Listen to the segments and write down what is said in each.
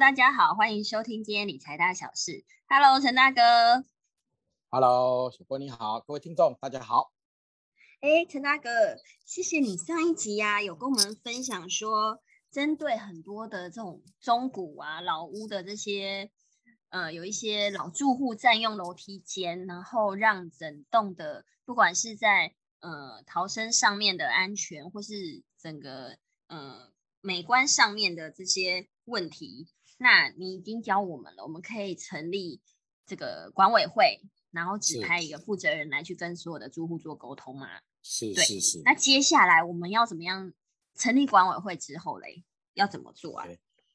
大家好，欢迎收听今天理财大小事。Hello， 陈大哥。 Hello， 小郭你好，各位听众大家好。 陈大哥，谢谢你上一集有跟我们分享说，针对很多的这种中古老屋的这些有一些老住户占用楼梯间，然后让整栋的不管是在逃生上面的安全，或是整个美观上面的这些问题，那你已经教我们了，我们可以成立这个管委会，然后指派一个负责人来去跟所有的住户做沟通嘛。 是。 那接下来我们要怎么样成立管委会之后嘞，要怎么做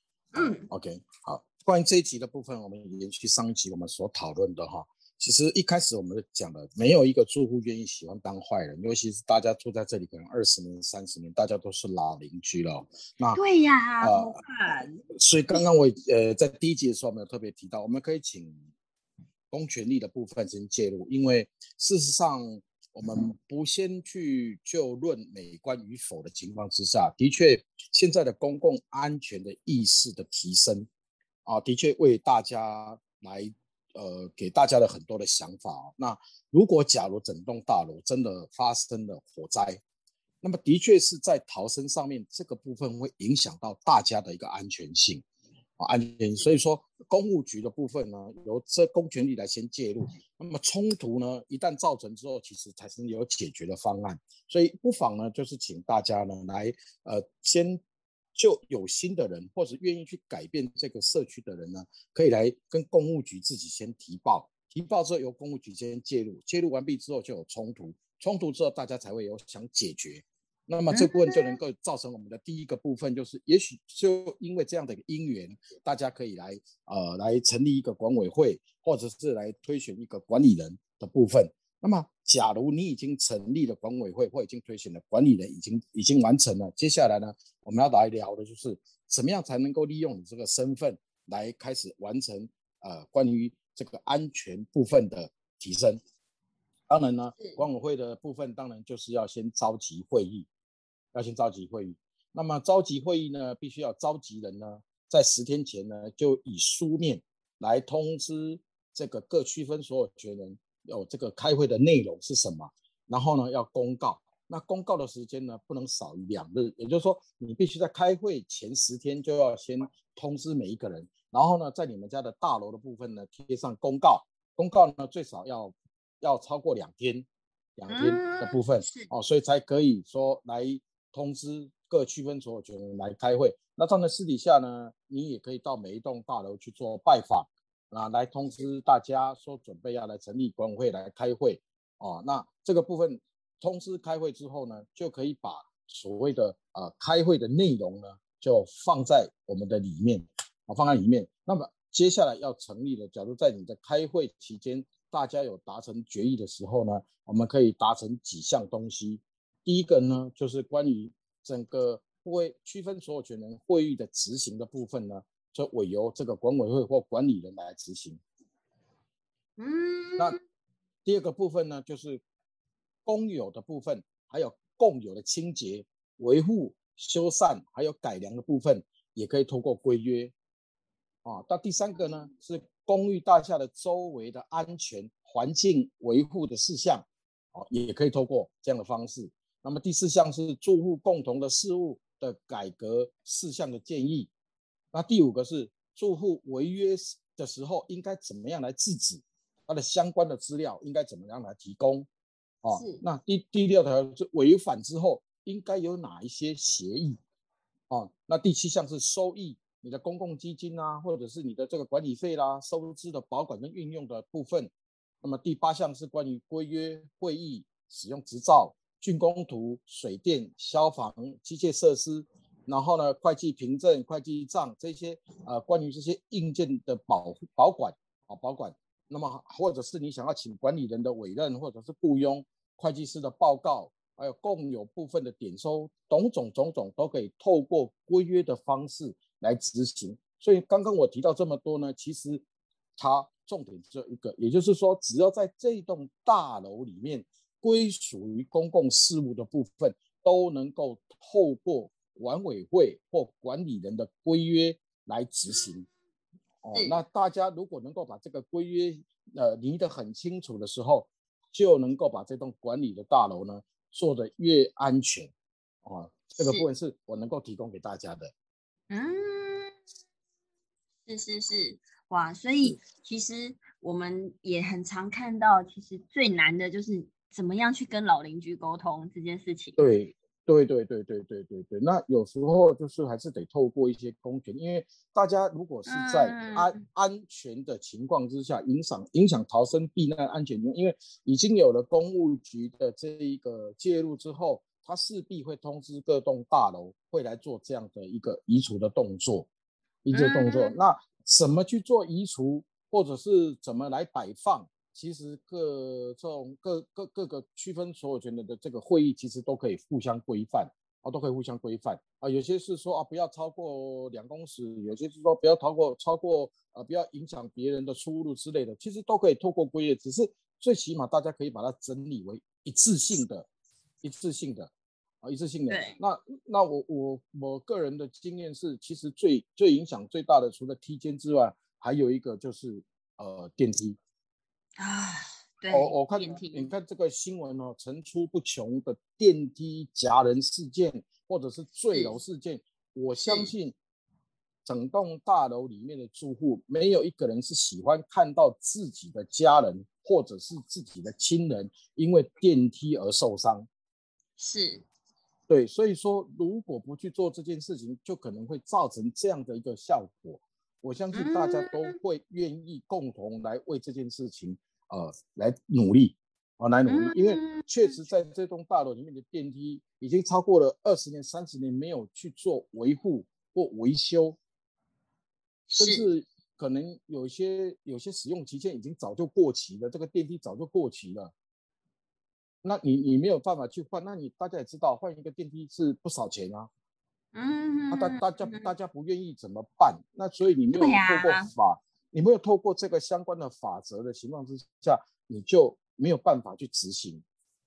？OK， 好。关于这一集的部分，我们延续上一集我们所讨论的哈。其实一开始我们讲的，没有一个住户愿意喜欢当坏人，尤其是大家住在这里可能20年、30年，大家都是老邻居了。那对呀，怎么办？ 所以刚刚我在第一集的时候，我们有特别提到，我们可以请公权力的部分先介入，因为事实上我们不先去就论美观与否的情况之下，的确现在的公共安全的意识的提升的确为大家来给大家的很多的想法那如果假如整栋大楼真的发生了火灾，那么的确是在逃生上面这个部分会影响到大家的一个安全性。所以说公务局的部分呢，由这公权力来先介入，那么冲突呢一旦造成之后，其实才是有解决的方案。所以不妨呢就是请大家呢来先就有心的人或者愿意去改变这个社区的人呢，可以来跟公务局自己先提报之后由公务局先介入完毕之后就有冲突之后大家才会有想解决。那么这部分就能够造成我们的第一个部分，就是也许就因为这样的一个因缘，大家可以来成立一个管委会，或者是来推选一个管理人的部分。那么假如你已经成立了管委会或已经推选了管理人，已经完成了，接下来呢我们要来聊的就是怎么样才能够利用你这个身份来开始完成关于这个安全部分的提升。当然呢管委会的部分当然就是要先召集会议。那么召集会议呢，必须要召集人呢，在10天前呢，就以书面来通知这个各区分所有权人，有这个开会的内容是什么，然后呢要公告。那公告的时间呢，不能少于2日，也就是说，你必须在开会前10天就要先通知每一个人，然后呢，在你们家的大楼的部分呢，贴上公告。公告呢，最少要超过2天的部分所以才可以说来通知各区分所有权人来开会。那当然私底下呢，你也可以到每一栋大楼去做拜访来通知大家说准备要来成立管委会来开会那这个部分通知开会之后呢，就可以把所谓的开会的内容呢，就放在我们的里面那么接下来要成立的，假如在你的开会期间大家有达成决议的时候呢，我们可以达成几项东西。第一个呢，就是关于整个区分所有权人会议的执行的部分呢，就委由这个管委会或管理人来执行。那第二个部分呢，就是公有的部分，还有共有的清洁、维护、修缮，还有改良的部分，也可以透过规约到第3个呢，是公寓大厦的周围的安全环境维护的事项也可以透过这样的方式。那么第4项是住户共同的事务的改革事项的建议。那第5个是住户违约的时候应该怎么样来制止，它的相关的资料应该怎么样来提供那第6条是违反之后应该有哪一些协议那第7项是收益，你的公共基金或者是你的这个管理费收支的保管跟运用的部分。那么第8项是关于规约、会议、使用执照、竣工图、水电、消防、机械设施，然后呢会计凭证、会计账这些关于这些硬件的保管。那么或者是你想要请管理人的委任，或者是雇佣会计师的报告，还有共有部分的点收，种种都可以透过规约的方式来执行。所以刚刚我提到这么多呢，其实它重点只有一个，也就是说只要在这栋大楼里面归属于公共事务的部分，都能够透过管委会或管理人的规约来执行那大家如果能够把这个规约拟得很清楚的时候，就能够把这栋管理的大楼呢做得越安全这个部分是我能够提供给大家的。 是，哇，所以其实我们也很常看到，其实最难的就是怎么样去跟老邻居沟通这件事情。 对，那有时候就是还是得透过一些公权，因为大家如果是在安全的情况之下，影响逃生避难安全，因为已经有了公务局的这一个介入之后，他势必会通知各栋大楼会来做这样的一个移除的动作。那怎么去做移除，或者是怎么来摆放，其实各个区分所有权的这个会议其实都可以互相规范有些是说不要超过2公尺，有些是说不要超过不要影响别人的出入之类的，其实都可以透过规约，只是最起码大家可以把它整理为一致性的。对，那我个人的经验是，其实最影响最大的，除了梯间之外，还有一个就是电梯对， 你看这个新闻层出不穷的电梯夹人事件，或者是坠楼事件，我相信整栋大楼里面的住户没有一个人是喜欢看到自己的家人或者是自己的亲人因为电梯而受伤。对，所以说如果不去做这件事情，就可能会造成这样的一个效果。我相信大家都会愿意共同来为这件事情来努力，因为确实在这栋大楼里面的电梯已经超过了20年、30年没有去做维护或维修，甚至可能有些使用期限已经早就过期了，这个电梯早就过期了。那你没有办法去换，那大家也知道，换一个电梯是不少钱啊。大家不愿意怎么办？那所以你没有透过你没有透过这个相关的法则的情况之下，你就没有办法去执行。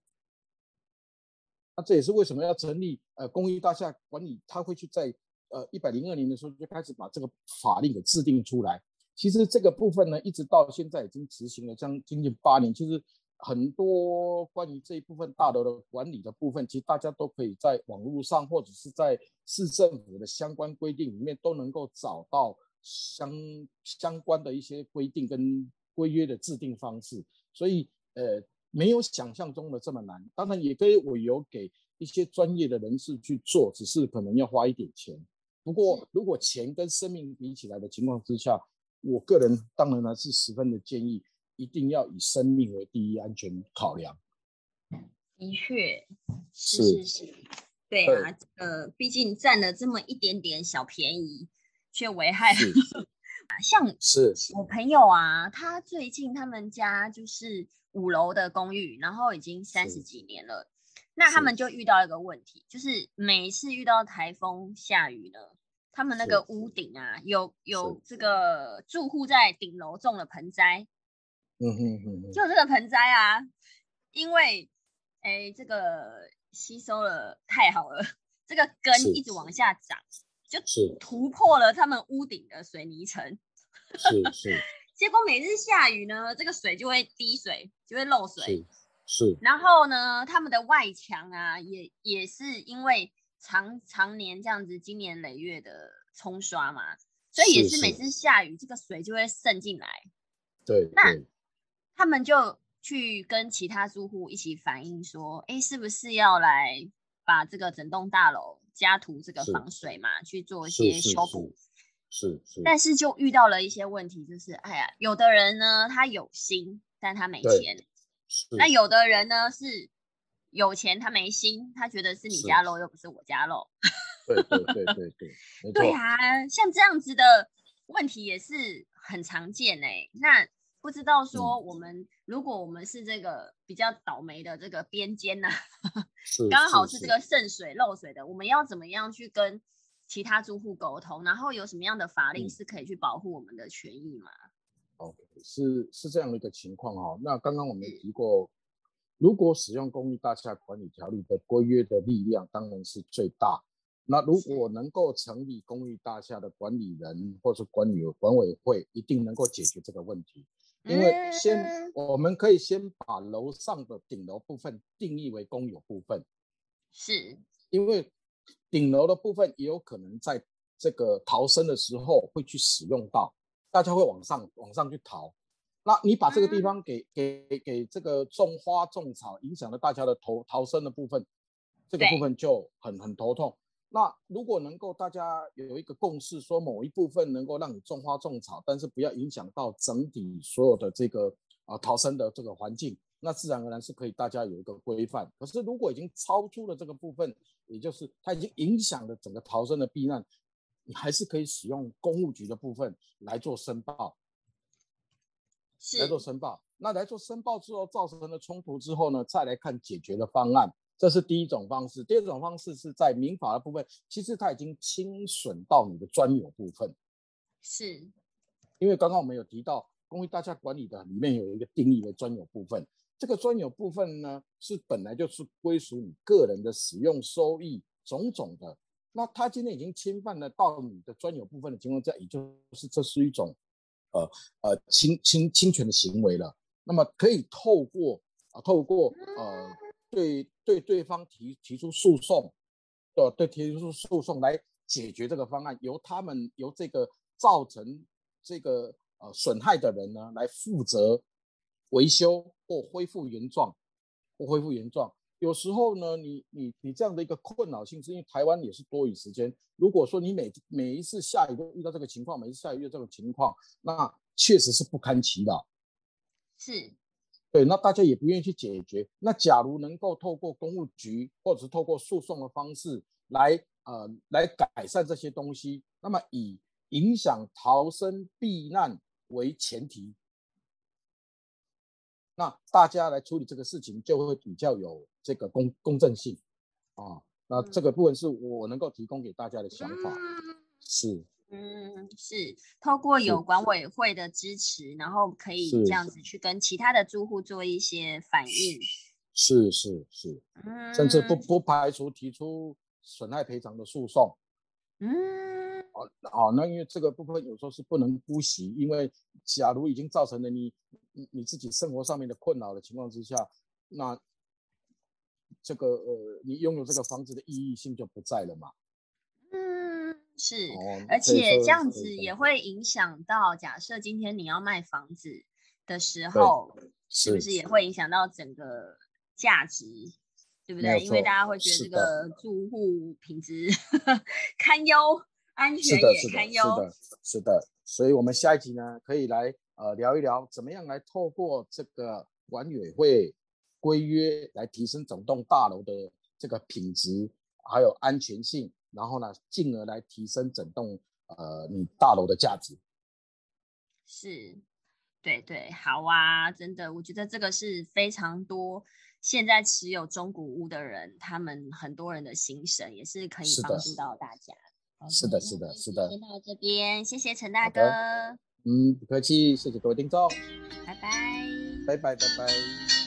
那这也是为什么要成立公寓大厦管理，他会去在102年的时候就开始把这个法令给制定出来。其实这个部分呢，一直到现在已经执行了将近8年。其实很多关于这一部分大楼的管理的部分，其实大家都可以在网络上或者是在市政府的相关规定里面都能够找到相关的一些规定跟规约的制定方式。所以没有想象中的这么难，当然也可以委由给一些专业的人士去做，只是可能要花一点钱。不过如果钱跟生命比起来的情况之下，我个人当然还是十分的建议一定要以生命为第一安全考量。 的确是，对啊，毕竟占了这么一点点小便宜，却危害了像我朋友啊，他最近他们家就是5楼的公寓，然后已经30几年了。那他们就遇到一个问题，就是每次遇到台风下雨呢，他们那个屋顶啊，有这个住户在顶楼种了盆栽。就这个盆栽啊，因为这个吸收了太好了，这个根一直往下长，就突破了他们屋顶的水泥层。结果每次下雨呢，这个水就会滴水，就会漏水。然后呢，他们的外墙啊，也是因为常年这样子经年累月的冲刷嘛，所以也是每次下雨，这个水就会渗进来。 对， 那他们就去跟其他住户一起反映说，是不是要来把这个整栋大楼加涂这个防水嘛，去做一些修补。但是就遇到了一些问题，就是有的人呢他有心，但他没钱。那有的人呢是有钱他没心，他觉得是你家漏又不是我家漏。 对， 对啊，像这样子的问题也是很常见那不知道说如果我们是这个比较倒霉的这个边间刚好是这个渗水漏水的，我们要怎么样去跟其他住户沟通，然后有什么样的法令是可以去保护我们的权益吗 ？OK， 是这样的一个情况那刚刚我们提过，如果使用公寓大厦管理条例的规约的力量当然是最大， 那如果能够成立公寓大厦的管理人或是管委会，一定能够解决这个问题。因为我们可以先把楼上的顶楼部分定义为公有部分， 是因为顶楼的部分也有可能在这个逃生的时候会去使用到，大家会往上去逃。那你把这个地方给这个种花种草，影响了大家的逃生的部分，这个部分就很头痛。那如果能够大家有一个共识，说某一部分能够让你种花种草，但是不要影响到整体所有的这个逃生的这个环境，那自然而然是可以大家有一个规范。可是如果已经超出了这个部分，也就是它已经影响了整个逃生的避难，你还是可以使用公务局的部分来做申报，来做申报。那来做申报之后造成了冲突之后呢，再来看解决的方案。这是第一种方式。第二种方式是在民法的部分，其实它已经侵损到你的专有部分。 是， 因为刚刚我们有提到公寓大厦管理的里面有一个定义为专有部分，这个专有部分呢是本来就是归属你个人的使用收益种种的。那它今天已经侵犯了到你的专有部分的情况下，也就是这是一种侵权的行为了。那么可以透过对方提出诉讼，提出诉讼来解决这个方案，由这个造成这个损害的人呢来负责维修或恢复原状，有时候呢，你这样的一个困扰性，是因为台湾也是多余时间。如果说你每一次下雨都遇到这个情况，每一次下雨这种情况，那确实是不堪其扰。 是， 对，那大家也不愿意去解决。那假如能够透过公务局或者是透过诉讼的方式来改善这些东西，那么以影响逃生避难为前提，那大家来处理这个事情就会比较有这个公正性啊。那这个部分是我能够提供给大家的想法。是。 是透过有管委会的支持，然后可以这样子去跟其他的住户做一些反应。 是，甚至不排除提出损害赔偿的诉讼。那因为这个部分有时候是不能姑息，因为假如已经造成了你自己生活上面的困扰的情况之下，那这个你拥有这个房子的意义性就不在了嘛。 是，而且这样子也会影响到，假设今天你要卖房子的时候，是不是也会影响到整个价值，对不对？因为大家会觉得这个住户品质堪忧，安全也堪忧。 是的。所以我们下一集呢，可以来聊一聊怎么样来透过这个管委会规约来提升整栋大楼的这个品质还有安全性。然后呢，进而来提升整栋你大楼的价值。 是，对，好啊，真的，我觉得这个是非常多现在持有中古屋的人，他们很多人的心声，也是可以帮助到大家。 是的。 先到这边，谢谢陈大哥。 不客气，谢谢各位听众， 拜拜。 拜拜。